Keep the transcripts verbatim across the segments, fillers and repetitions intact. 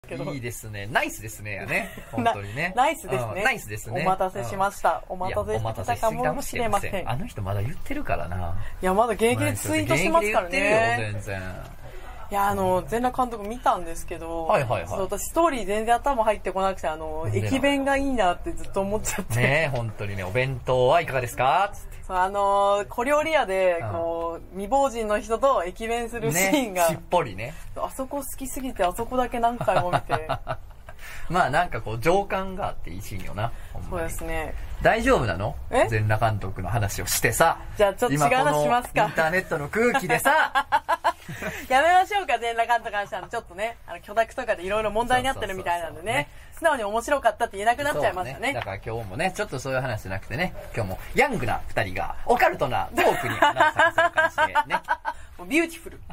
いいですね。ナイスですね。やね。本当にね。 ナイスですね。 ナイスですね。 お待たせしました。お待たせしてたかもしれません。 あの人まだ言ってるからな。 いや、まだ現役でツイートしてますからね。 現役で言ってるよ、全然。 いや、あの、全裸監督見たんですけど、 はいはいはい。 そう、私ストーリー全然頭入ってこなくて、あの、駅弁がいいなってずっと思っちゃって。 ねえ、本当にね、お弁当はいかがですかつって。 そう、あの、小料理屋で、こう、未亡人の人と駅弁するシーンが。 ね、しっぽりね。 あそこ好きすぎて、あそこだけ何回も見て。 まあなんかこう情感があっていいシーンよな。 そうですね。 大丈夫なの？全裸監督の話をしてさ。 じゃあちょっと違う話しますか。 インターネットの空気でさ。 やめましょうか、全裸監督の話は。ちょっとね、あの許諾とかでいろいろ問題になってるみたいなんでね。素直に面白かったって言えなくなっちゃいましたね。 ねだから今日もね、ちょっとそういう話じゃなくてね、今日もヤングな二人がオカルトなトークに花を咲かせる感じでね。 もうビューティフル。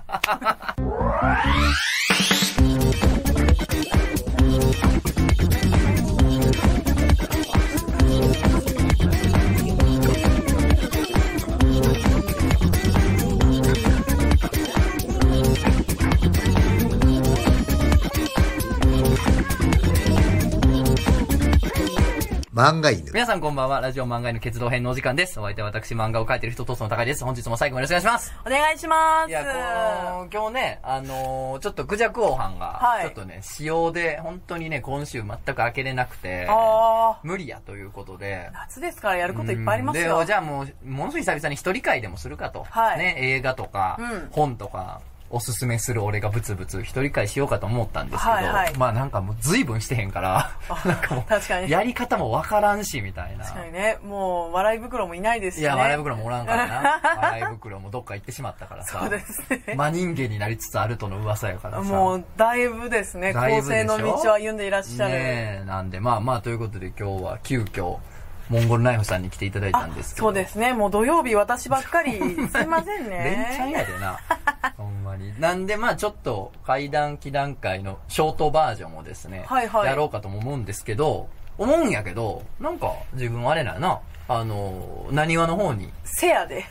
漫画犬。 皆さんこんばんは。ラジオ漫画犬決動編のお時間です。お相手は私、漫画を描いてる人、トスの高いです。本日も最後までよろしくお願いします。 お願いします。 いや、この、今日ね、あのー、ちょっとクジャク王藩が、はい、ちょっとね、仕様で、本当にね、今週全く開けれなくて、無理やということで。 夏ですからやることいっぱいありますよ。 で、じゃあもう、ものすごい久々に一人会でもするかと。はい、ね、映画とか、うん、本とか、おすすめする俺がブツブツ一人会しようかと思ったんですけど、はいはい、まあなんかもう随分してへんから、なんかもう、確かにやり方もわからんし、みたいな。 確かにね、もう笑い袋もいないですしね。 いや、笑い袋もおらんからな。笑い袋もどっか行ってしまったからさ。 そうですね。 真人間になりつつあるとの噂やからさ。 もう、だいぶですね、構成の道を歩んでいらっしゃる。 ねえ、なんで、まあまあということで今日は急遽、モンゴルナイフさんに来ていただいたんですけど。 そうですね。もう土曜日私ばっかり。すいませんね。 連チャンやでな。ほんまに。なんでまあちょっと怪談祈談会のショートバージョンをですね、はいはい、やろうかとも思うんですけど、思うんやけど、なんか自分あれなな、あの、何話の方に。 せやで。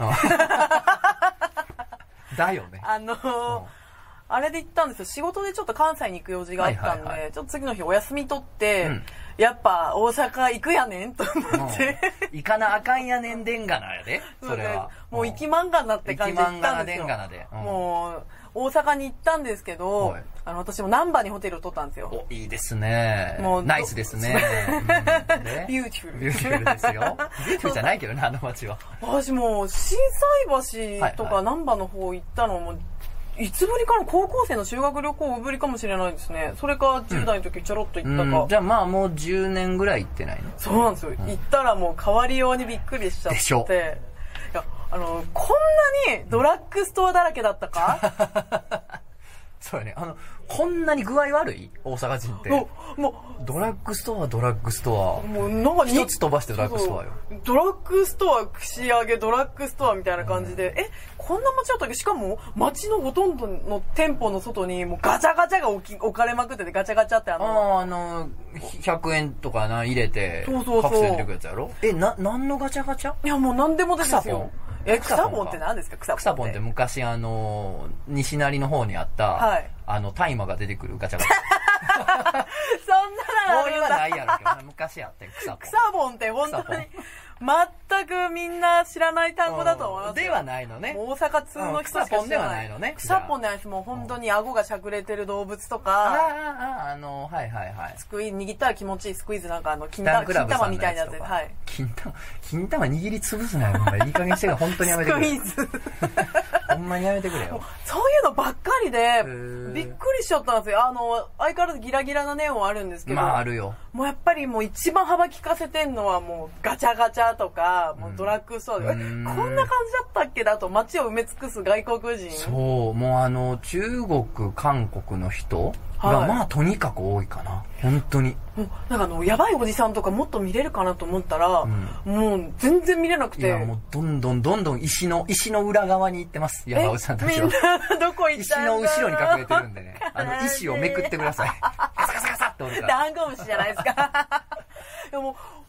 だよね。 あのー、うんあれで行ったんですよ。仕事でちょっと関西に行く用事があったんで、はいはいはい、ちょっと次の日お休み取って、うん、やっぱ大阪行くやねんと思って。 行かなあかんやねんでんがなやで、それは。 もう行き漫画なって感じで行ったんですよ。 行き漫画なでんがなで。 うん、もう、大阪に行ったんですけど、はい、あの、私も難波にホテルを取ったんですよ。 お、いいですね。もう、ナイスですね。うん、 ビューティフル。 ビューティフルですよ。ビューティフルじゃないけどね、あの街は。 私もう、心斎橋とか難波の方行ったのも、いつぶりかの高校生の修学旅行ぶりかもしれないですね。それかじゅう代の時ちょろっと行ったか、 うん、じゃあまあもうじゅうねんぐらい行ってないの？ そうなんですよ、うん、行ったらもう変わりようにびっくりしちゃって。でしょ。いや、あのこんなにドラッグストアだらけだったかそうやね。あの、こんなに具合悪い大阪人って。もう、もう、ドラッグストア、ドラッグストア。もう、なんか一つ飛ばしてドラッグストアよ。 そうそうドラッグストア、串揚げ、ドラッグストアみたいな感じで、うん、え、こんな街だったっけ？しかも、街のほとんどの店舗の外に、もうガチャガチャが置き置かれまくってて、ガチャガチャってあの。 ああ、あの、ひゃくえんとかな、入れて、そうそうそう。カプセル出てくるやつやろ？え、な、なんのガチャガチャ？ いや、もうなんでもですよ。え、草本って何ですか？草本って。 草本って昔あの、西成の方にあった、はい、あの、大麻が出てくるガチャガチャ。 そんなのもう今ないやろけど、昔あって草本。 草本って本当に、全くみんな知らない単語だと思います。 ではないのね。 大阪通の人しか知らない。草本ではないのね。 草本ではないです。もう本当に顎がしゃくれてる動物とか。 ああ、あの、はいはいはい。 スクイーズ、握ったら気持ちいいスクイーズなんかあの、金玉、金玉みたいなやつで。はい。 金玉、金玉握りつぶすなよ。いい加減してから本当にやめてくれ。 スクイーズ。 ほんまにやめてくれよ。 そういうのばっかりで、びっくりしちゃったんですよ。あの、相変わらずギラギラなネオンあるんですけど。 まああるよ。 もうやっぱりもう一番幅利かせてんのはもうガチャガチャとか、もうドラッグストアで、うん、こんな感じだったっけだと街を埋め尽くす外国人。 そう、もうあの、中国、韓国の人が、はい、まあとにかく多いかな。本当に。 もうなんかあの、やばいおじさんとかもっと見れるかなと思ったら、うん、もう全然見れなくて。いやもうどんどんどんどん石の、石の裏側に行ってます。やばいおじさんたちは。 みんなどこ行ったんだ石の後ろに隠れてるんでね。あの、石をめくってください。ガサガサガサって折るから。 ダンゴムシじゃないですか。でも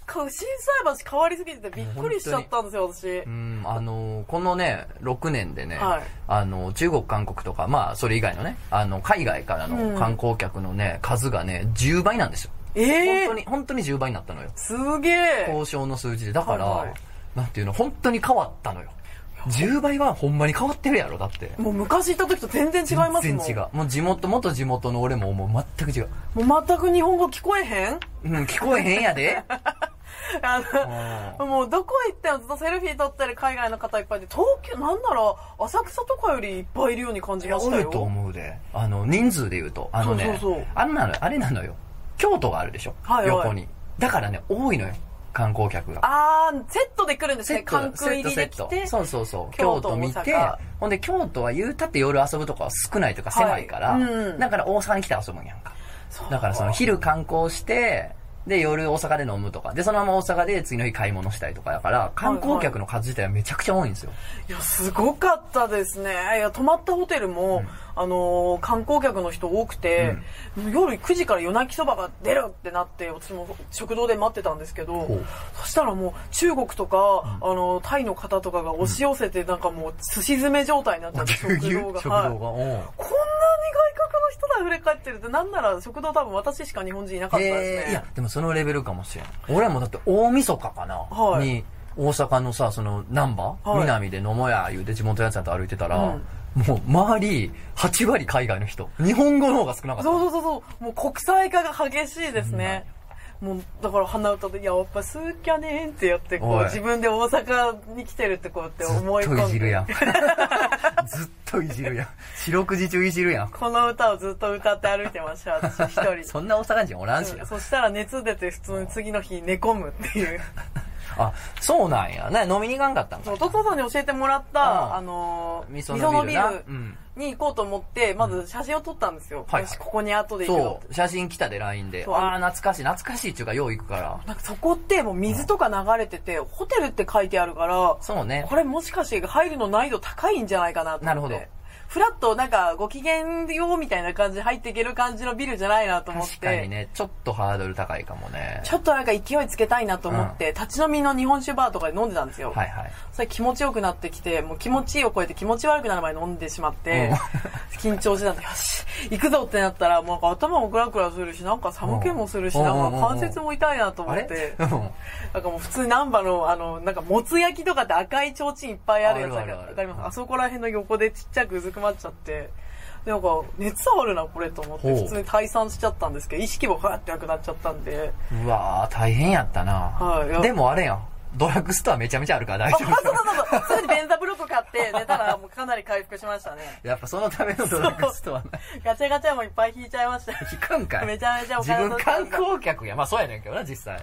心斎橋変わりすぎててびっくりしちゃったんですよ、私。 うん、あの、このね、ろくねんでね、はい、あの、中国、韓国とか、まあ、それ以外のね、あの、海外からの観光客のね、うん、数がね、じゅうばいなんですよ。えー、本当に、本当にじゅうばいになったのよ。 すげえ。 交渉の数字で。だから、はいはい、なんていうの、本当に変わったのよ。じゅうばいはほんまに変わってるやろ、だって。 もう昔行った時と全然違いますもん。 全然違う。もう地元、元地元の俺ももう全く違う。 もう全く日本語聞こえへん？ うん、聞こえへんやで。 あの、もうどこ行ってもずっとセルフィー撮ってる海外の方いっぱいで、東京、なんなら浅草とかよりいっぱいいるように感じましたよ。 おると思うで。あの、人数で言うと、あのね、そうそうそう、あんなの、あれなのよ。京都があるでしょ、はいはい、横に。だからね、多いのよ。観光客が。 あー、セットで来るんですね。関空入りで来て。 そうそうそう。京都見て、ほんで京都は言うたって夜遊ぶとかは少ないとか狭いから、はい、うん、だから大阪に来て遊ぶんやんか。だからその昼観光して、で、夜大阪で飲むとか。で、そのまま大阪で次の日買い物したりとかだから、観光客の数自体はめちゃくちゃ多いんですよ。 いや、すごかったですね。いや、泊まったホテルも、うん、あのー、観光客の人多くて、うん、夜くじから夜泣きそばが出るってなって、私も食堂で待ってたんですけど、そしたらもう中国とか、うん、あのー、タイの方とかが押し寄せて、なんかもう寿司詰め状態になっちゃって、食堂が。食堂が、はい、こんなに外国の人が溢れ返ってるって、なんなら食堂多分私しか日本人いなかったですね。 えー、いや、でもそのレベルかもしれん。俺もだって大晦日かな、はい、に大阪のさ、その難波、はい、南で飲もうや言うて地元のやつらと歩いてたら、うん、もう周りはちわり海外の人、日本語の方が少なかった。 そうそうそうそう、もう国際化が激しいですね。うん、もうだから鼻歌で「やっぱスーキャネーン」ってやってこう自分で大阪に来てるってこうやって思い込んで、 ずっといじるやん。ずっといじるやん。四六時中いじるやん。 この歌をずっと歌って歩いてました、私一人。 そんな大阪人おらんしな、 うん、そしたら熱出て普通に次の日寝込むっていう。 あ、そうなんや。ね、飲みに行かんかったんか。 そう、トトさんに教えてもらった、あのー、味噌のビルに行こうと思って、まず写真を撮ったんですよ。はい、私ここに後で行くよ。 そう、写真来たで ライン で。ああ、懐かしい、懐かしいっていうか、よう行くから。 なんかそこってもう水とか流れてて、うん、ホテルって書いてあるから、 そうね。 これもしかして入るの難易度高いんじゃないかなと思って。なるほど。フラッとなんかご機嫌よみたいな感じで入っていける感じのビルじゃないなと思って。 確かにね、ちょっとハードル高いかもね。 ちょっとなんか勢いつけたいなと思って、うん、立ち飲みの日本酒バーとかで飲んでたんですよ。はいはい。それ気持ちよくなってきて、もう気持ちいいを超えて気持ち悪くなる前に飲んでしまって、うん、緊張してたんで、よし、行くぞってなったら、もうなんか頭もクラクラするし、なんか寒気もするし、なんか関節も痛いなと思って、なんかもう普通難波の、あの、なんかもつ焼きとかって赤い提灯いっぱいあるやつだから、わかります？あそこら辺の横でちっちゃくうずくまっちゃって、なんか熱あるなこれと思って普通に退散しちゃったんですけど、意識もふわってなくなっちゃったんで。 うわー大変やったな。はい。でもあれやん、ドラッグストアめちゃめちゃあるから大丈夫。 あ、そうそうそう。それでベンザブロック買って寝たらもうかなり回復しましたね。 やっぱそのためのドラッグストアガチャガチャもいっぱい引いちゃいました。 引くんかい。 めちゃめちゃお金自分観光客や。まあそうやねんけどな実際。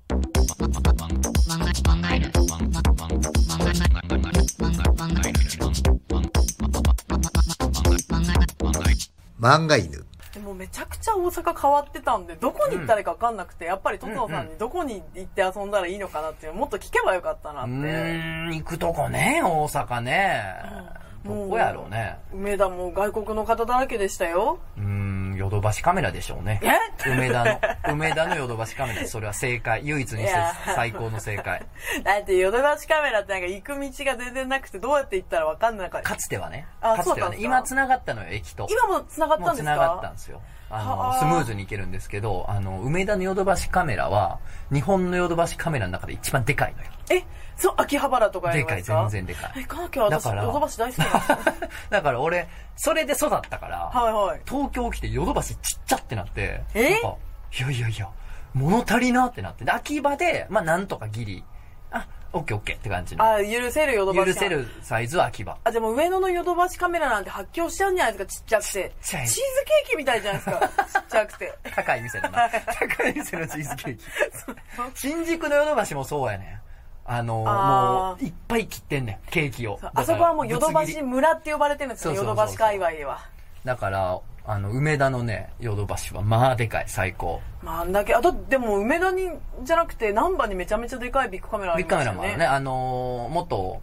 漫画犬。 でもめちゃくちゃ大阪変わってたんで、どこに行ったらいいか分かんなくて、うん、やっぱりトトさんにどこに行って遊んだらいいのかなっていうのもっと聞けばよかったなって。うーん、行くとこね、大阪ね。うん、どこやろうね。 梅田も外国の方だらけでしたよ。 うーん、ヨドバシカメラでしょうね。 え梅田の、梅田のヨドバシカメラ、それは正解。唯一にして最高の正解。 だってヨドバシカメラってなんか行く道が全然なくて、どうやって行ったら分かんなかった。 かつてはね。かつてはね。今繋がったのよ、駅と。 今も繋がったんですか？ もう繋がったんですよ。あの、スムーズに行けるんですけど、あの、梅田のヨドバシカメラは、日本のヨドバシカメラの中で一番でかいのよ。 え、そう、秋葉原とかやりますか？ でかい、全然でかい。 行かなきゃ私、ヨドバシ大好きなんですよ。 だから俺、それで育ったから、 はいはい、 東京来てヨドバシちっちゃってなって、 えなんか、いやいやいや、物足りなってなって、秋葉で、まあなんとかギリ、あ、オッケーオッケーって感じの。 あ、許せるヨドバシ。 許せるサイズは秋葉。 あ、でも上野のヨドバシカメラなんて発狂しちゃうんじゃないですか、ちっちゃくて。チーズケーキみたいじゃないですか、ちっちゃくて。 高い店だな。高い店のチーズケーキ。新宿のヨドバシもそうやねん。あのー、もう、いっぱい切ってんねん、ケーキを。 あそこはもうヨドバシ村って呼ばれてるんですよ、ヨドバシ界隈では。 だから、あの、梅田のね、ヨドバシは、まあでかい、最高。 まあ、あんだけ、あと、でも梅田に、じゃなくて、難波にめちゃめちゃでかいビッグカメラありますよね。 ビッグカメラもあるね。あのー、元、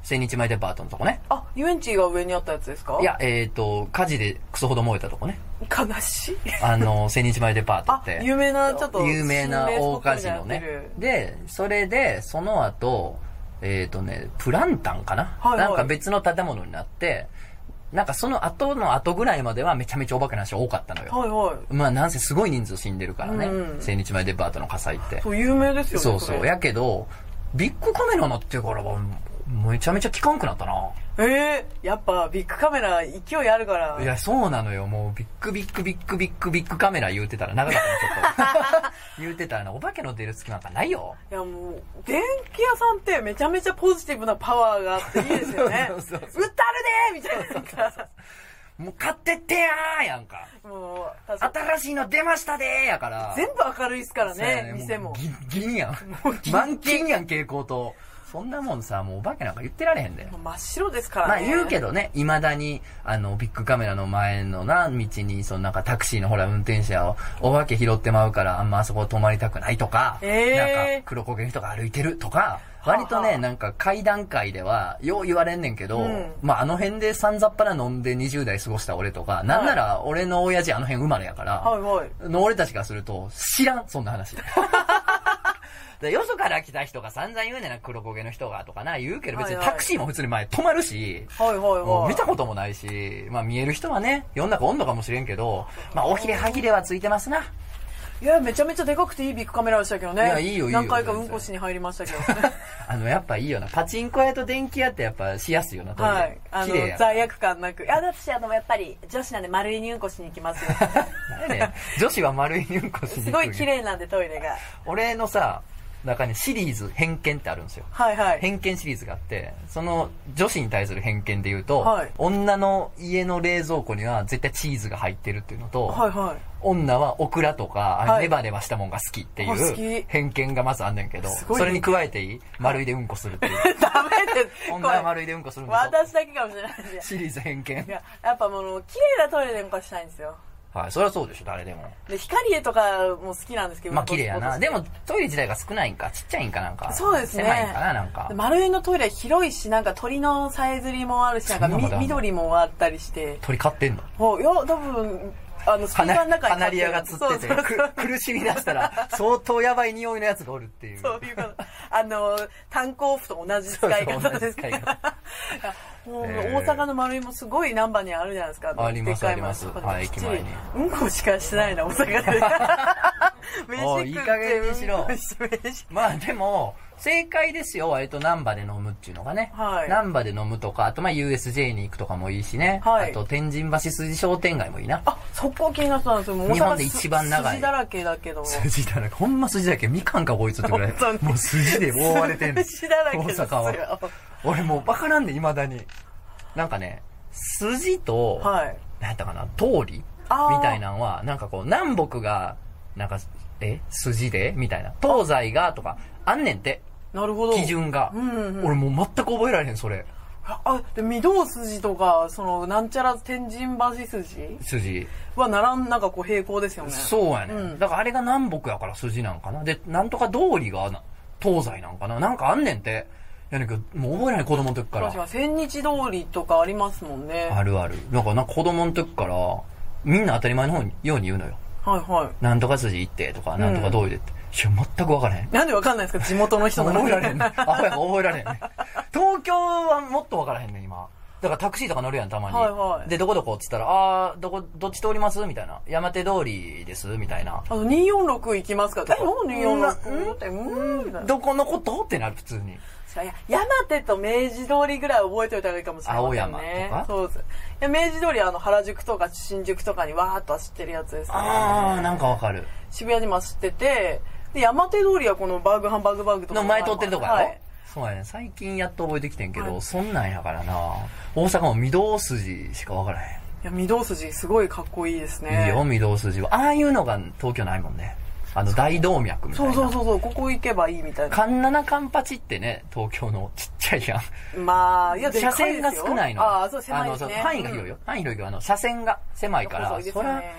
千日前デパートのとこね。 あ、遊園地が上にあったやつですか？ いや、えっと、火事でクソほど燃えたとこね。 悲しい。 あの、千日前デパートって。 有名な、ちょっと。 有名な大火事のね。で、それで、その後、えっとね、プランタンかな、はいはい、なんか別の建物になって、なんかその後の後ぐらいまではめちゃめちゃお化けの話多かったのよ。はいはい。まあなんせすごい人数死んでるからね。うん、千日前デパートの火災って。 そう、有名ですよね。 そうそう。やけど、ビッグカメラになってからは、めちゃめちゃ効かんくなったな。 ええー、やっぱビッグカメラ勢いあるから。 いや、そうなのよ。もうビッグビッグビッグビッグビッグカメラ言うてたら長かったね、ちょっと。言うてたらな、お化けの出る隙なんかないよ。 いやもう、電気屋さんってめちゃめちゃポジティブなパワーがあっていいですよね。そうそうそうそう。売ったるでーみたいな。 もう買ってってやーやんか。もう、新しいの出ましたでーやから。 全部明るいっすからね、ね店も。 ギンやん。満金やん、蛍光灯。そんなもんさ、もうお化けなんか言ってられへんで。 真っ白ですからね。 まあ言うけどね、未だに、あの、ビッグカメラの前のな、道に、そのなんかタクシーのほら運転手をお化け拾ってまうから、あんまあそこ止まりたくないとか、えー、なんか黒焦げの人が歩いてるとか、割とね、なんか階段階では、よう言われんねんけど、うん、まああの辺でさんざっぱら飲んでにじゅう代過ごした俺とか、なんなら俺の親父あの辺生まれやから、はいはい、の俺たちがすると、知らん、そんな話。でよそから来た人が散々言うねんな、黒焦げの人がとかな、言うけど別にタクシーも普通に前止まるし、はいはいはい、見たこともないし、まあ見える人はね、世の中おんのかもしれんけど、まあおひれはぎれはついてますな。 いや、めちゃめちゃでかくていいビッグカメラでしたけどね。 いや、いいよ、いいよ。 何回かうんこしに入りましたけど。 あの、やっぱいいよな。パチンコ屋と電気屋ってやっぱしやすいよな、 はい。あの、罪悪感なく。いや、私、あの、やっぱり女子なんで丸いにうんこしに行きますよ。 ね、女子は丸いにうんこしに行く。 すごい綺麗なんで、トイレが。 俺のさ、中にシリーズ偏見ってあるんですよ。 はいはい。 偏見シリーズがあって、その女子に対する偏見で言うと、はい、女の家の冷蔵庫には絶対チーズが入ってるっていうのと、はいはい、女はオクラとか、はい、ネバネバしたもんが好きっていう偏見がまずあんねんけど、それに加えていい丸いでうんこするっていう。 ダメです。 女は丸いでうんこするんですよ。 私だけかもしれないです。 シリーズ偏見。いや、やっぱもう、綺麗なトイレでうんこしたいんですよ。 はい、そりゃそうでしょ、誰でも。 で、光絵とかも好きなんですけど。 まあ、綺麗やな。でも、トイレ自体が少ないんか、ちっちゃいんかなんか。 そうですね。 狭いんかな、なんか。 丸いのトイレは広いし、なんか鳥のさえずりもあるし、なんかみ緑もあったりして。 鳥飼ってんの？ いや、多分、あの、スピーカーの中に。 カナリアが釣ってて、苦しみ出したら、相当やばい匂いのやつがおるっていう。 そういうこと。あの、炭鉱夫と同じ使い方ですから。もう大阪の丸いもすごい難波にあるじゃないですか。 ありますあります。はい、駅前に。 うんこしかしてないな、大阪で。 おいい加減にしろ。まあでも、正解ですよ、割と難波で飲むっていうのがね。はい。難波で飲むとか、あとまあ ユーエスジェー に行くとかもいいしね。はい。あと天神橋筋商店街もいいな。 あ、そこ気になってたんですよ。もう日本で一番長い。 筋だらけだけど。 筋だらけ。ほんま筋だらけ。みかんかこいつってぐらい。もう筋で覆われてんの。 筋だらけですよ。大阪は。 俺もうわからんで、未だに。なんかね、筋と、はい。なんやったかな、通りみたいなのは、なんかこう、南北が、なんか、え筋でみたいな。東西がとか、あんねんって。 なるほど。 基準が。うんうんうん、俺もう全く覚えられへん、それ。 あ、で、御堂筋とか、その、なんちゃら天神橋筋筋はならん、なんかこう平行ですよね。 そうやね、うん。だからあれが南北やから筋なんかな。で、なんとか通りが東西なんかな。なんかあんねんって。やねんけど、もう覚えない子供の時から。 確かに、千日通りとかありますもんね。 あるある。だからなんか子供の時から、みんな当たり前のように言うのよ。 はいはい。 なんとか筋行ってとか、なんとか通りでって。いや、全く分からへん。 なんで分かんないですか、地元の人の。 覚えられへんね。アホやから覚えられへんね。東京はもっと分からへんね、今。だからタクシーとか乗るやん、たまに。はいはい。で、どこどこっつったら、あー、どこ、どっち通りますみたいな。山手通りですみたいな。 あの、にーよんろく行きますかえ、もうにーよんろくって、 うん。どこのことってなる、普通に。 いや、山手と明治通りぐらい覚えておいた方がいいかもしれない、ね。青山とかそうです。いや、明治通りはあの、原宿とか新宿とかにわーっと走ってるやつですね。 あー、なんかわかる。 渋谷にも走ってて、で、山手通りはこのバーグハンバーグバーグとか。 の前通ってるとこやろ、はい、そうやね。最近やっと覚えてきてんけど、はい、そんなんやからな。大阪も御堂筋しかわからへん。いや、御堂筋すごいかっこいいですね。 いいよ、御堂筋は。ああいうのが東京ないもんね。あの大動脈みたいな。 そうそうそうそう、ここ行けばいいみたいな。 カンナナカンパチってね、東京のちっちゃいやん。 まあ、いや、 車線が少ないの。 ああ、そう、狭いですね。 あの、範囲が広いよ。範囲広いけど、あの、車線が狭いから、そりゃ、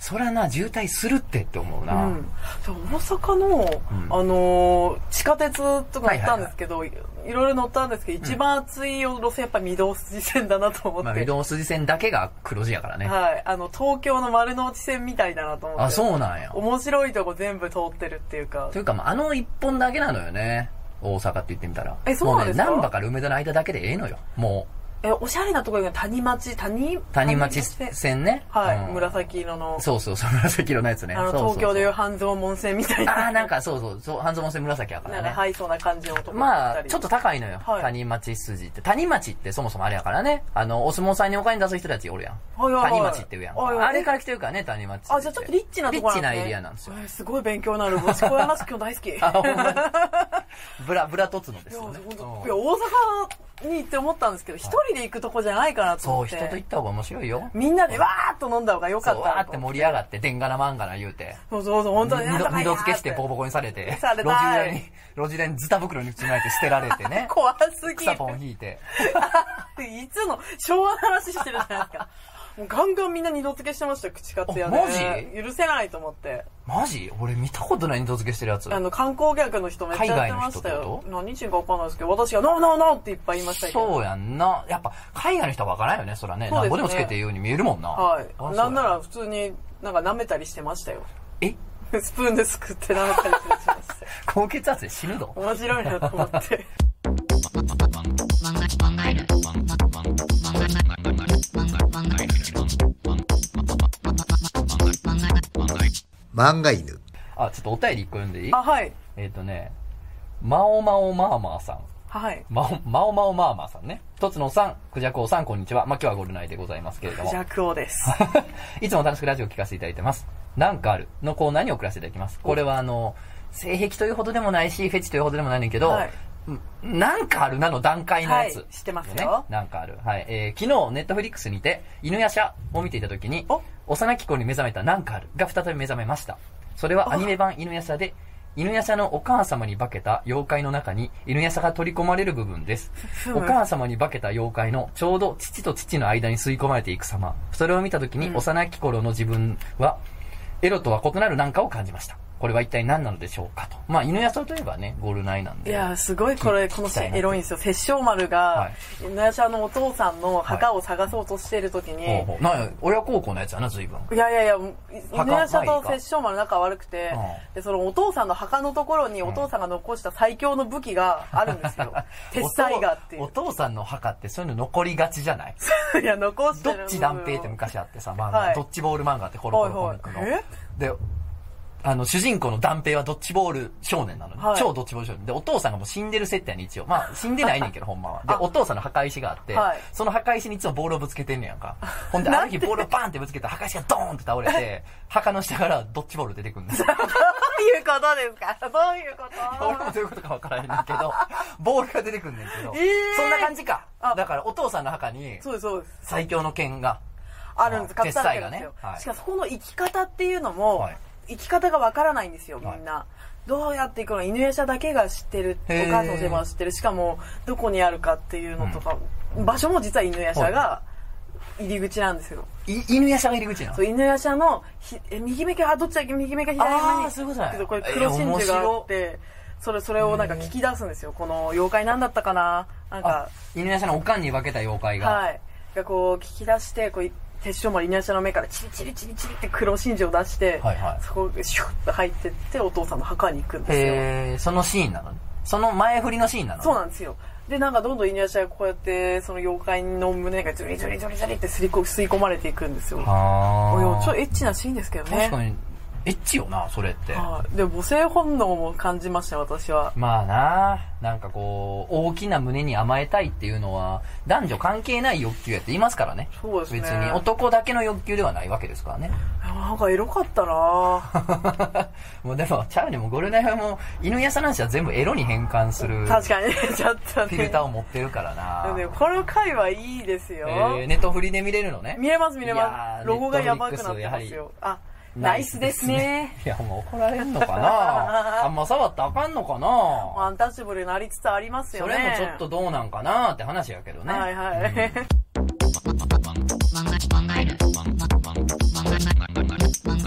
そらな、渋滞するってって思うな。うん、 大阪の、うん、あのー、地下鉄とか乗ったんですけど、はいはいはい、いろいろ乗ったんですけど、一番熱い路線やっぱ御堂筋線だなと思って。まあ、 御堂筋線だけが黒字やからね。 はい。あの、東京の丸の内線みたいだなと思って。 あ、そうなんや。 面白いとこ全部通ってるっていうか。 というか、まあ、あの一本だけなのよね。大阪って言ってみたら。 え、そうなんですか？ もうね、難波から梅田の間だけでええのよ。もう。 え、おしゃれなところが谷町、谷谷町線ね。 はい、うん。紫色の。 そうそうそう、紫色のやつね。 あの、東京でいう半蔵門線みたいな。 ああ、なんかそうそう、そう、半蔵門線紫やからね。 なんか、はい、そうな感じのところ。 まあ、ちょっと高いのよ。はい、谷町筋って。谷町ってそもそもあれやからね。あの、お相撲さんにお金出す人たちおるやん。はいはいはい、谷町って言うやん。はいはい、あれから来てるからね、谷町。 あ、じゃあちょっとリッチなところ、 ね。リッチなエリアなんですよ。 えー、すごい勉強になる。私、こういう話今日大好き。あ、ほんまに。 ブラ、ブラトツのですよね。 いや、いや大阪に行って思ったんですけど、一人で行くとこじゃないかなと思って。 そう、人と行った方が面白いよ。 みんなでわーっと飲んだ方が良かった。 わーって盛り上がって、でんがなまんがな言うて。 そうそうそう、本当に。 二度付けしてボコボコにされて、路地裏に、路地裏にズタ袋に口まいて捨てられてね。 怖すぎる。 草ポン引いて。 いつの昭和の話してるじゃないですか。もうガンガンみんな二度付けしてましたよ、口勝手やね。 マジ？ 許せないと思って。 マジ？俺見たことない二度付けしてるやつ。 あの、観光客の人めっちゃやってましたよ。何人かわかんないですけど、私がノーノーノーっていっぱい言いましたけど。 そうやんな。やっぱ、海外の人はわからんよね、そらね。なんぼでもつけてるように見えるもんな。 はい。なんなら普通になんか舐めたりしてましたよ。 え？ スプーンですくって舐めたりしてました。 高血圧で死ぬの？ 面白いなと思って。 漫画犬。 あ、ちょっとお便り一個読んでいい？ あ、はい。 えっ、ー、とね、マオマオマーマーさん。 はい。 マオマオマオマーマーさんね。とつのさん、クジャクオさん、こんにちは。まあ、今日はゴルナイでございますけれども。 クジャクオです。 いつも楽しくラジオを聞かせていただいてます。なんかあるのコーナーに送らせていただきます。これはあの、性癖というほどでもないし、フェチというほどでもないねんけど、はい、なんかあるなの段階のやつ、 はい、知ってますよ、 ね、なんかある、はい、えー、昨日ネットフリックスにて犬夜叉を見ていた時に幼き頃に目覚めたなんかあるが再び目覚めました。それはアニメ版犬夜叉で犬夜叉のお母様に化けた妖怪の中に犬夜叉が取り込まれる部分です。お母様に化けた妖怪のちょうど父と父の間に吸い込まれていく様、それを見た時に、うん、幼き頃の自分はエロとは異なる何かを感じました。これは一体何なのでしょうかと。まあ、犬夜叉といえばね、ゴールナイなんで。いや、すごいこれ、このシーンエロいんですよ。殺生丸が、はい、犬夜叉のお父さんの墓を探そうとしているときに、はい、 ほうほうなんや、親孝行のやつやな、随分。 いやいやいや、犬夜叉と殺生丸仲悪くて、うん、で、そのお父さんの墓のところにお父さんが残した最強の武器があるんですよ。鉄砕ガっていう。 お父さんの墓ってそういうの残りがちじゃない？ いや、残してる。 どっち断平って昔あってさ、漫画、はい、ドッジボール漫画ってコロコロコミックの。はいはい、で、あの、主人公の断平はドッジボール少年なのに、はい、超ドッジボール少年。で、お父さんがもう死んでる設定に一応。まあ、死んでないねんけど、ほんまは。で、お父さんの墓石があって、はい、その墓石にいつもボールをぶつけてんねやんか。ほんで、ある日ボールをバーンってぶつけたら墓石がドーンって倒れて、墓の下からドッジボール出てくるんですよ。 どういうことですか？どういうこと？俺もどういうことかわからへんねんけど、ボールが出てくるんねんけど、えー、そんな感じか。だから、お父さんの墓に、 そうです、そうです。 最強の剣が、 あるんです、隠されてるんですよ。はい、しかも、そこの生き方っていうのも、はい、生き方がわからないんですよ、みんな。はい、どうやっていくの？犬夜叉だけが知ってる。お母さんの手も知ってる。しかも、どこにあるかっていうのとか、うん、場所も実は犬夜叉が入り口なんですよ。 犬夜叉が入り口なの？ そう、犬夜叉のひえ右目か、あ、どっちだっけ？右目か左目に。 ああ、そういうことだよ。 これ黒真珠があって、それ、それをなんか聞き出すんですよ。この妖怪なんだったかな？なんか。 犬夜叉のおかんに化けた妖怪が。 はい。がこう聞き出して、こう、鉄生丸犬夜叉の目からチリチリチリチリって黒真珠を出して、はいはい、そこシュッと入ってってお父さんの墓に行くんですよ。 へー、そのシーンなの？その前振りのシーンなの？ そうなんですよ。で、なんかどんどん犬夜叉がこうやって、その妖怪の胸がズリズリズリズリって吸い込まれていくんですよ。あー。ちょっとエッチなシーンですけどね。 確かに。エッチよな、それって。 はい。で、母性本能も感じました、私は。 まあな、なんかこう、大きな胸に甘えたいっていうのは、男女関係ない欲求やって言いますからね。 そうですね。 別に男だけの欲求ではないわけですからね。 なんかエロかったなもうでも、チャーリーもゴルナイはもう、犬夜叉男子は全部エロに変換する。 確かにね、ちょっとね。 フィルターを持ってるからな。 でもこの回はいいですよ。 えー、ネットフリで見れるのね。 見れます見れます。ロゴがやばくなってますよ。あ、ナイスですね。 いや、もう怒られんのかなあんま触ったらあかんのかなアンタッチャブルになりつつありますよね。 それもちょっとどうなんかなって話やけどね。 はいはい。うん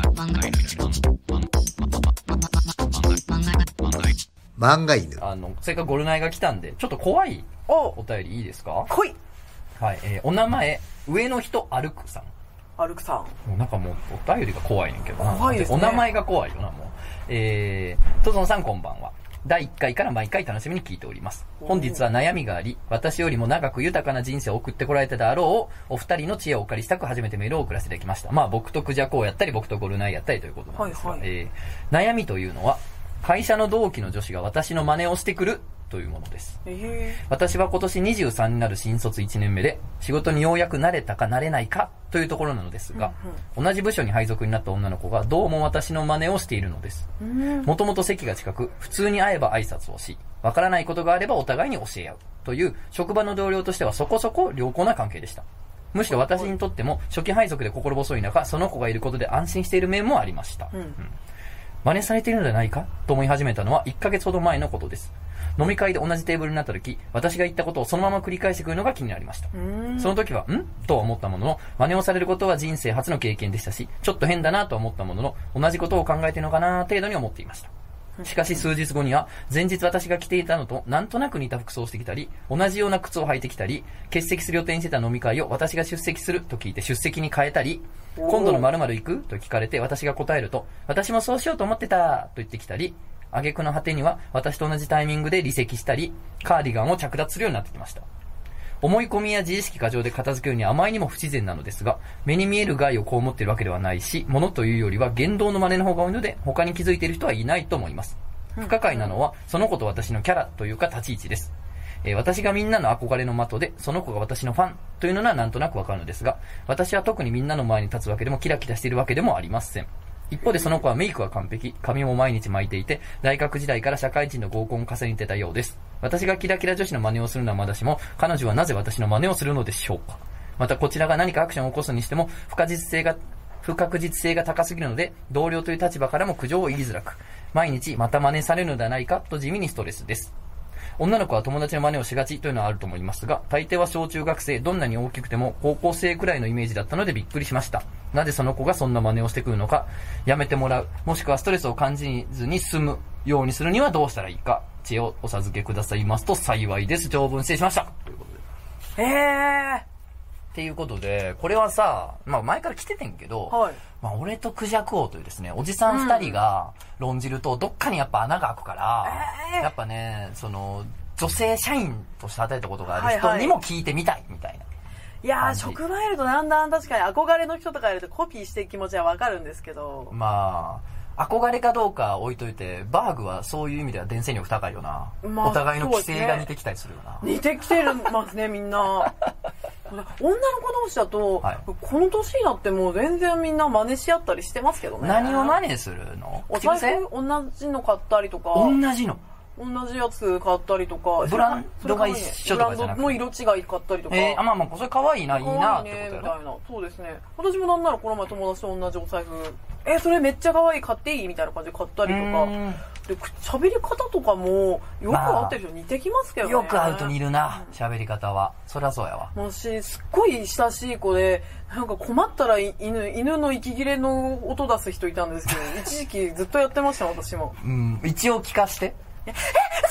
漫画犬。 あの、それからゴルナイが来たんで、ちょっと怖いお便りいいですか？ 来い。 はい、えー、お名前、上の人歩くさん。 歩くさん。 もうなんかもう、お便りが怖いねんけどな。 怖いですね。 お名前が怖いよな、もう。えー、トゾンさんこんばんは。だいいっかいから毎回楽しみに聞いております。本日は悩みがあり、私よりも長く豊かな人生を送ってこられたであろう、お二人の知恵をお借りしたく初めてメールを送らせていただきました。まあ僕とクジャコウやったり、僕とゴルナイやったりということなんですが、はいはい、えー、悩みというのは、会社の同期の女子が私の真似をしてくるというものです。私は今年にじゅうさんになる新卒いちねんめで、仕事にようやく慣れたか慣れないかというところなのですが、うんうん、同じ部署に配属になった女の子がどうも私の真似をしているのです。もともと席が近く、普通に会えば挨拶をし、わからないことがあればお互いに教え合うという職場の同僚としてはそこそこ良好な関係でした。むしろ私にとっても初期配属で心細い中、その子がいることで安心している面もありました。うんうん、真似されているのではないかと思い始めたのはいっかげつほど前のことです。飲み会で同じテーブルになった時、私が言ったことをそのまま繰り返してくるのが気になりました。その時は、んとは思ったものの、真似をされることは人生初の経験でしたし、ちょっと変だなと思ったものの、同じことを考えているのかな程度に思っていました。しかし数日後には、前日私が着ていたのとなんとなく似た服装をしてきたり、同じような靴を履いてきたり、欠席する予定にしてた飲み会を私が出席すると聞いて出席に変えたり、今度の〇〇行くと聞かれて私が答えると、私もそうしようと思ってたと言ってきたり、挙句の果てには私と同じタイミングで離席したり、カーディガンを着脱するようになってきました。思い込みや自意識過剰で片付けるにはあまりにも不自然なのですが、目に見える害を被っているわけではないし、物というよりは言動の真似の方が多いので、他に気づいている人はいないと思います。不可解なのは、その子と私のキャラというか立ち位置です。えー、私がみんなの憧れの的で、その子が私のファンというのはなんとなくわかるのですが、私は特にみんなの前に立つわけでもキラキラしているわけでもありません。一方でその子はメイクは完璧、髪も毎日巻いていて、大学時代から社会人の合コンを重ねてたようです。私がキラキラ女子の真似をするのはまだしも、彼女はなぜ私の真似をするのでしょうか。またこちらが何かアクションを起こすにしても、不確実性が、不確実性が高すぎるので、同僚という立場からも苦情を言いづらく、毎日また真似されるのではないかと地味にストレスです。女の子は友達の真似をしがちというのはあると思いますが、大抵は小中学生、どんなに大きくても高校生くらいのイメージだったのでびっくりしました。なぜその子がそんな真似をしてくるのか、やめてもらう、もしくはストレスを感じずに済むようにするにはどうしたらいいか、知恵をお授けくださいますと幸いです。長文失礼しました。ということで。 へー。 っていうことで、これはさ、まあ前から来ててんけど、はい、まあ俺とクジャク王というですね、おじさん二人が論じると、どっかにやっぱ穴が開くから、うん、やっぱね、その、女性社員として働いたことがある人にも聞いてみたいみたいな。はいはい、 いやー、職場いるとだんだん確かに憧れの人とかいるとコピーしていく気持ちはわかるんですけど。 まあ、憧れかどうか置いといて、バーグはそういう意味では伝染力高いよな。まあ、お互いの規制が似てきたりするよな。 ね、似てきてますね、みんな。女の子同士だと、はい、この年になっても全然みんな真似し合ったりしてますけどね。 何を真似するの？ お財布同じの買ったりとか。 同じの？ 同じやつ買ったりとか。 ブランドが一緒とかじゃなくて。 ブランドの色違い買ったりとか。 えー、あ、まあまあ、それ可愛いな、いいなってことやね。 みたいな。そうですね。私もなんならこの前友達と同じお財布、えー、それめっちゃ可愛い、買っていいみたいな感じで買ったりとか。で、喋り方とかも、よく会ってる人似てきますけどね。 よく会うと似るな、喋り方は。そりゃそうやわ。 もし、すっごい親しい子で、なんか困ったら犬、犬の息切れの音出す人いたんですけど、一時期ずっとやってました、私も。 うん、一応聞かして。 え、嘘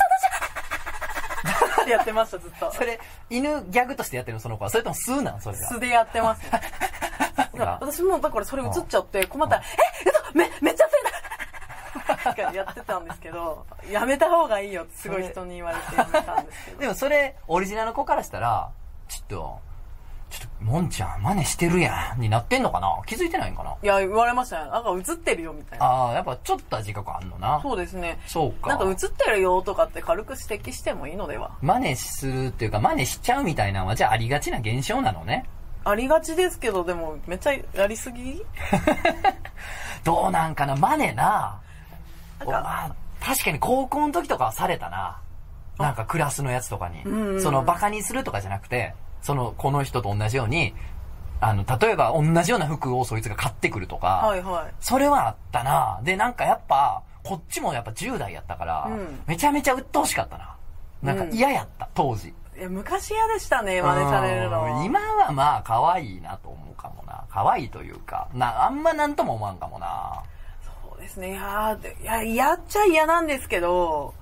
ってやってました、ずっと。 それ、犬ギャグとしてやってるの、その子は。それとも素なんそれが。 素でやってます。私も、だからそれ映っちゃって、困ったら、え、嘘め、めっちゃ熱いなやってたんですけど、やめた方がいいよってすごい人に言われてやめたんですけど。 でもそれ、オリジナルの子からしたら、ちょっと、ちょっと、もんちゃん、真似してるやん、になってんのかな？気づいてないんかな？ いや、言われましたね。なんか映ってるよ、みたいな。 ああ、やっぱちょっと自覚あんのな。 そうですね。 そうか。 なんか映ってるよとかって軽く指摘してもいいのでは？ 真似するっていうか、真似しちゃうみたいなのは、じゃあありがちな現象なのね。 ありがちですけど、でも、めっちゃやりすぎどうなんかな、真似な。なんか、まあ、確かに高校の時とかはされたな。なんかクラスのやつとかに。うんうん、そのバカにするとかじゃなくて、その、この人と同じように、あの、例えば同じような服をそいつが買ってくるとか、はいはい、それはあったな。で、なんかやっぱ、こっちもやっぱじゅう代やったから、うん、めちゃめちゃ鬱陶しかったな。なんか嫌やった、うん、当時。 いや、昔嫌でしたね、真似されるの。 今はまあ、可愛いなと思うかもな。可愛いというか、な、あんまなんとも思わんかもな。 そうですね、いやー、いや、やっちゃ嫌なんですけど、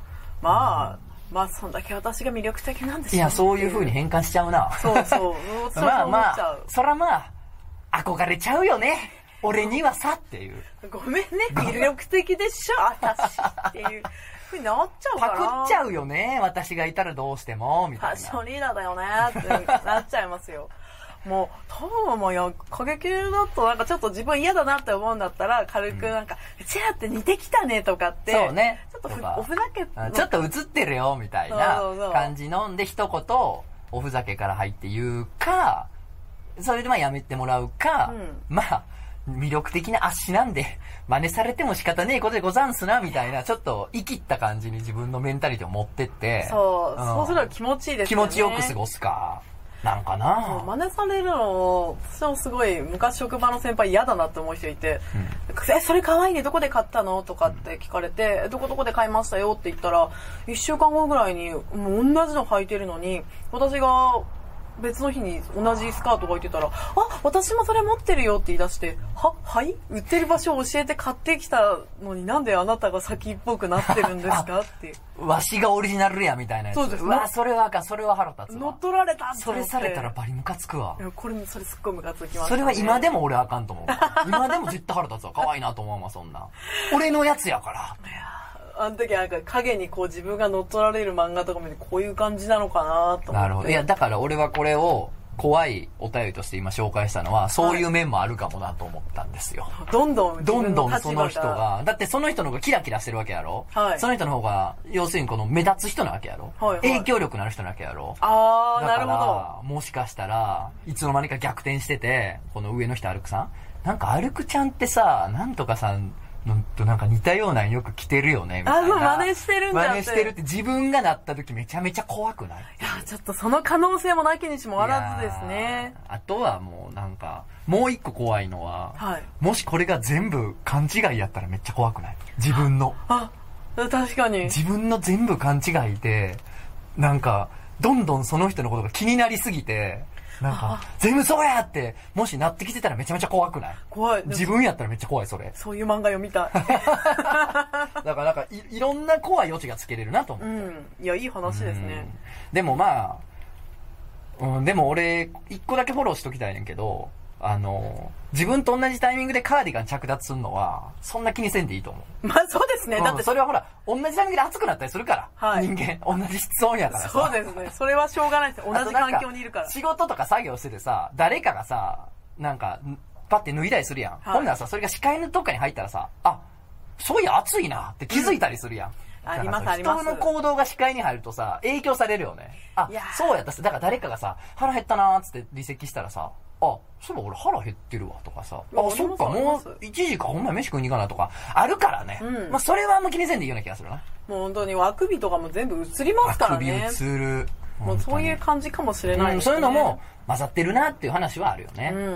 まあ、うん、まあそんだけ私が魅力的なんですよ。 いや、そういう風に変換しちゃうな。 そうそう。 まあまあ、そらまあ、憧れちゃうよね。俺にはさっていう。 ごめんね、魅力的でしょ、私っていうふうになっちゃうから。 パクっちゃうよね、私がいたらどうしても、みたいな。 ファッションリーダーだよね、ってなっちゃいますよ。もう、多分もう、いや、過激だとなんかちょっと自分嫌だなって思うんだったら、軽くなんか、うちらって似てきたねとかって、 そうね。 ちょっとふおふざけ、 ちょっと映ってるよ、みたいな感じ飲んで一言、おふざけから入って言うか、それでまあやめてもらうか、うん、まあ、魅力的な足なんで、真似されても仕方ねえことでござんすな、みたいな、ちょっと生きった感じに自分のメンタリティを持ってって、 そう、うん、そうすると気持ちいいですよね。 気持ちよく過ごすか。なんかな真似されるの、私もすごい、昔職場の先輩嫌だなって思う人いて、うん、え、それ可愛いね、どこで買ったのとかって聞かれて、うん、どこどこで買いましたよって言ったら、一週間後ぐらいに、もう同じの履いてるのに、私が、別の日に同じスカートが置いてたら、あ、私もそれ持ってるよって言い出して、は、はい売ってる場所を教えて買ってきたのになんであなたが先っぽくなってるんですかって。 わしがオリジナルやみたいなやつ。 そうです。 うわ、それはか、それは腹立つわ。 乗っ取られたって。 それされたらバリムカつくわ。 いや、これ、それすっごいムカつきました、ね。 それは今でも俺あかんと思う。今でも絶対腹立つわ。可愛いなと思うわ、そんな。俺のやつやから。いやあの時なんか影にこう自分が乗っ取られる漫画とか見てこういう感じなのかなと思って。 なるほど。いや、だから俺はこれを、怖いお便りとして今紹介したのは、そういう面もあるかもなと思ったんですよ。 はい、どんどん、 どんどんその人が、だってその人の方がキラキラしてるわけやろ、はい、その人の方が、要するにこの目立つ人なわけやろ、はいはい、影響力のある人なわけやろあー、なるほど。 もしかしたら、いつの間にか逆転してて、この上の人歩くさんなんか歩くちゃんってさ、なんとかさん、のとなんか似たようなよく着てるよねみたいな。 あ、真似してるんだって。 真似してるって自分がなった時めちゃめちゃ怖くない？いや、ちょっとその可能性もなきにしもあらずですね。 あとはもうなんか、もう一個怖いのは、はい、もしこれが全部勘違いやったらめっちゃ怖くない？自分の。 あ、確かに。 自分の全部勘違いで、なんか、どんどんその人のことが気になりすぎて、なんか、全部そうやって、もしなってきてたらめちゃめちゃ怖くない？ 怖い。 自分やったらめっちゃ怖い、それ。 そういう漫画読みたい。だからなんかい、いろんな怖い余地がつけれるなと思って。 うん。いや、いい話ですね。 でもまあ、うん、でも俺、一個だけフォローしときたいねんけど、あの、自分と同じタイミングでカーディガン着脱するのは、そんな気にせんでいいと思う。 まあそうですね。 うん、 だってそれはほら、同じタイミングで熱くなったりするから。はい。人間、同じ室温やからさ。 そうですね。それはしょうがないです。同じ環境にいるから。 仕事とか作業しててさ、誰かがさ、なんか、パッて脱いだりするやん。はい、ほんならさ、それが視界のどっかに入ったらさ、あ、そういや暑いなって気づいたりするやん。うんありますあります。 人の行動が視界に入るとさ、影響されるよね。あ、そうやったっす。だから誰かがさ、腹減ったなーっつって離席したらさ、あ、そういえば俺腹減ってるわとかさ、あ、そっか、もういちじかほんま飯食いに行かなとか、あるからね。うん、まあそれはあんま気にせんでいいような気がするな。 もう本当にあくびとかも全部映りますからね。 あくび映る。 もうそういう感じかもしれないですね、 うん。そういうのも混ざってるなっていう話はあるよね。うん。うん、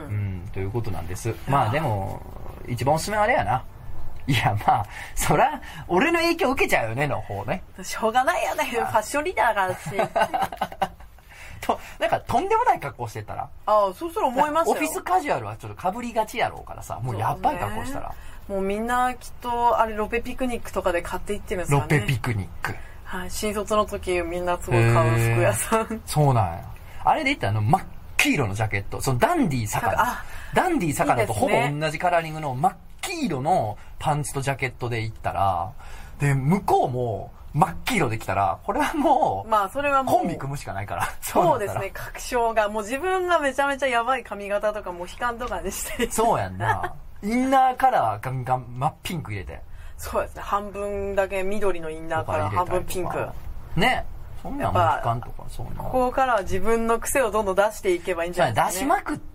ということなんです。まあでも、一番おすすめはあれやな。いや、まあ、そら、俺の影響受けちゃうよね、の方ね。 しょうがないよね、ファッションリーダーがし。 と、なんか、とんでもない格好してたら。 ああ、そうする思いますよ。 オフィスカジュアルはちょっと被りがちやろうからさ、もうやっばい格好したら。 もうみんなきっと、あれ、ロペピクニックとかで買っていってるんですかね。 ロペピクニック。 はい、新卒の時みんなすごい買う服屋さん。 そうなんや。あれで言ったら、あの、真っ黄色のジャケット、そのダンディ坂田。ダンディ坂田とほぼ同じカラーリングの真っ黄色のパンツとジャケットで行ったら、で、向こうも真っ黄色で来たら、これはもう、 まあそれはもう、 コンビ組むしかないから。 そうですね、確証が。もう自分がめちゃめちゃやばい髪型とかも悲観とかにして。 そうやんな。インナーカラーガンガン真っピンク入れて。 そうですね、半分だけ緑のインナーカラー、半分ピンク。 ね。そんなんも悲観とか、そうな。 ここからは自分の癖をどんどん出していけばいいんじゃないですか、ね。 出しまくって、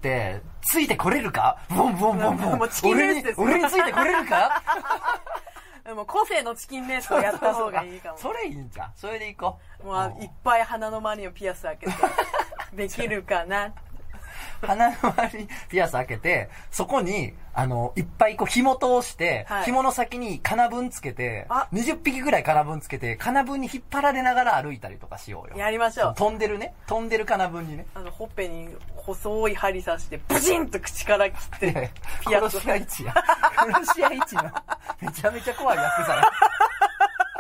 ついてこれるかボンボンボンボン。 もうチキンレースです。 俺についてこれるかでも個性のチキンレースをやった方がいいかも。 それいいんじゃん。それでいこう。もういっぱい鼻の周りをピアス開けて、できるかな。 鼻の周りにピアス開けて、そこに、あの、いっぱいこう紐通して、はい、紐の先に金分つけて、にじゅっぴきぐらい金分つけて、金分に引っ張られながら歩いたりとかしようよ。 やりましょう。 飛んでるね。飛んでる金分にね。 あの、ほっぺに細い針刺して、ブチンと口から切って、 ピアス。殺し屋一や。殺し屋一の。めちゃめちゃ怖いヤクザや。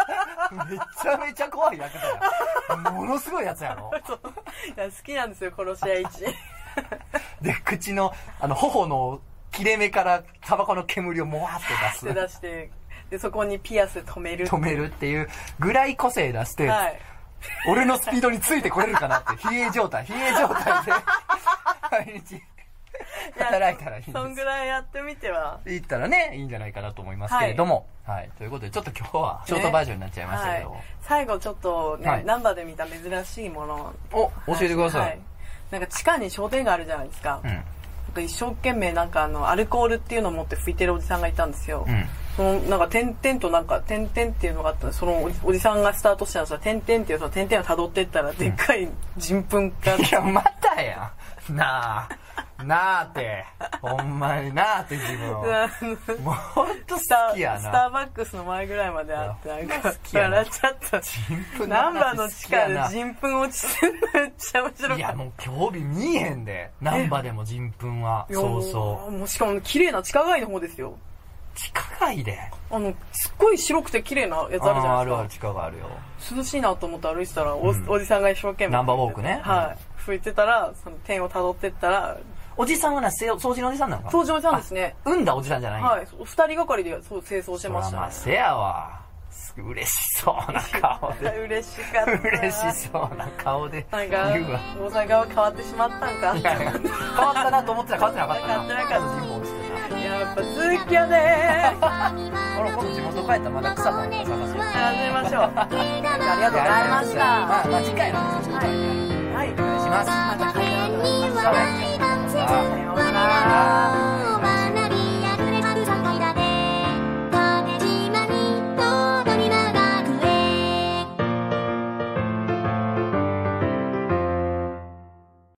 めちゃめちゃ怖い役だよ。ものすごいやつやろ。 いや好きなんですよ、殺し屋一。 で、口の、あの、頬の切れ目からタバコの煙をもわって出す。 で出して、で、そこにピアス止める。 止めるっていうぐらい個性出して、はい、俺のスピードについてこれるかなって、冷え状態、冷え状態で、毎日、働いたらいいんです。 そんぐらいやってみては。 いったらね、いいんじゃないかなと思いますけれども。はい。はい、ということで、ちょっと今日はショートバージョンになっちゃいましたけど。ねはい、 最後ちょっとね、はい、ナンバーで見た珍しいものを。お、教えてください。はい、 なんか地下に商店があるじゃないですか。うん、なんか一生懸命なんかあの、アルコールっていうのを持って拭いてるおじさんがいたんですよ。うん、そのなんか点々となんか点々っていうのがあったんで、そのおじさんがスタートしたんですよ。点々っていうその点々を辿ってったらでっかい人糞が、うん、 いやまたやんなあなあってほんまになあって自分もうほんと好きやな。 スターバックスの前ぐらいまであってなんか笑っちゃったナンバーの地下で人糞落ちてるのめっちゃ面白かった。 いやもう興味見えへんでナンバーでも人糞はそうそうもうしかも綺麗な地下街の方ですよ。 地下街であのすっごい白くて綺麗なやつあるじゃないですか。 あるある地下があるよ。 涼しいなと思って歩いてたら お,、うん、おじさんが一生懸命ナンバーウォークねはい、拭いてたらその点を辿ってったらおじさんはな掃除のおじさんなのか。 掃除のおじさんですね。 産んだおじさんじゃない。 はい二人がかりでそう清掃してましたね。 まあせやわ嬉しそうな顔で嬉しかった嬉しそうな顔でなんか大阪は変わってしまったんか。 いやいや変わったなと思ってたら変わってなかったな。 変わってなかった。 人望してた。 やっぱ好きやねー。俺今度地元帰ったらまだ草本を探して始めましょう。ありがとうございました。 まあ、まあ、次回のはい、はい、お願いします。 また会話をお願いします。 さようなら。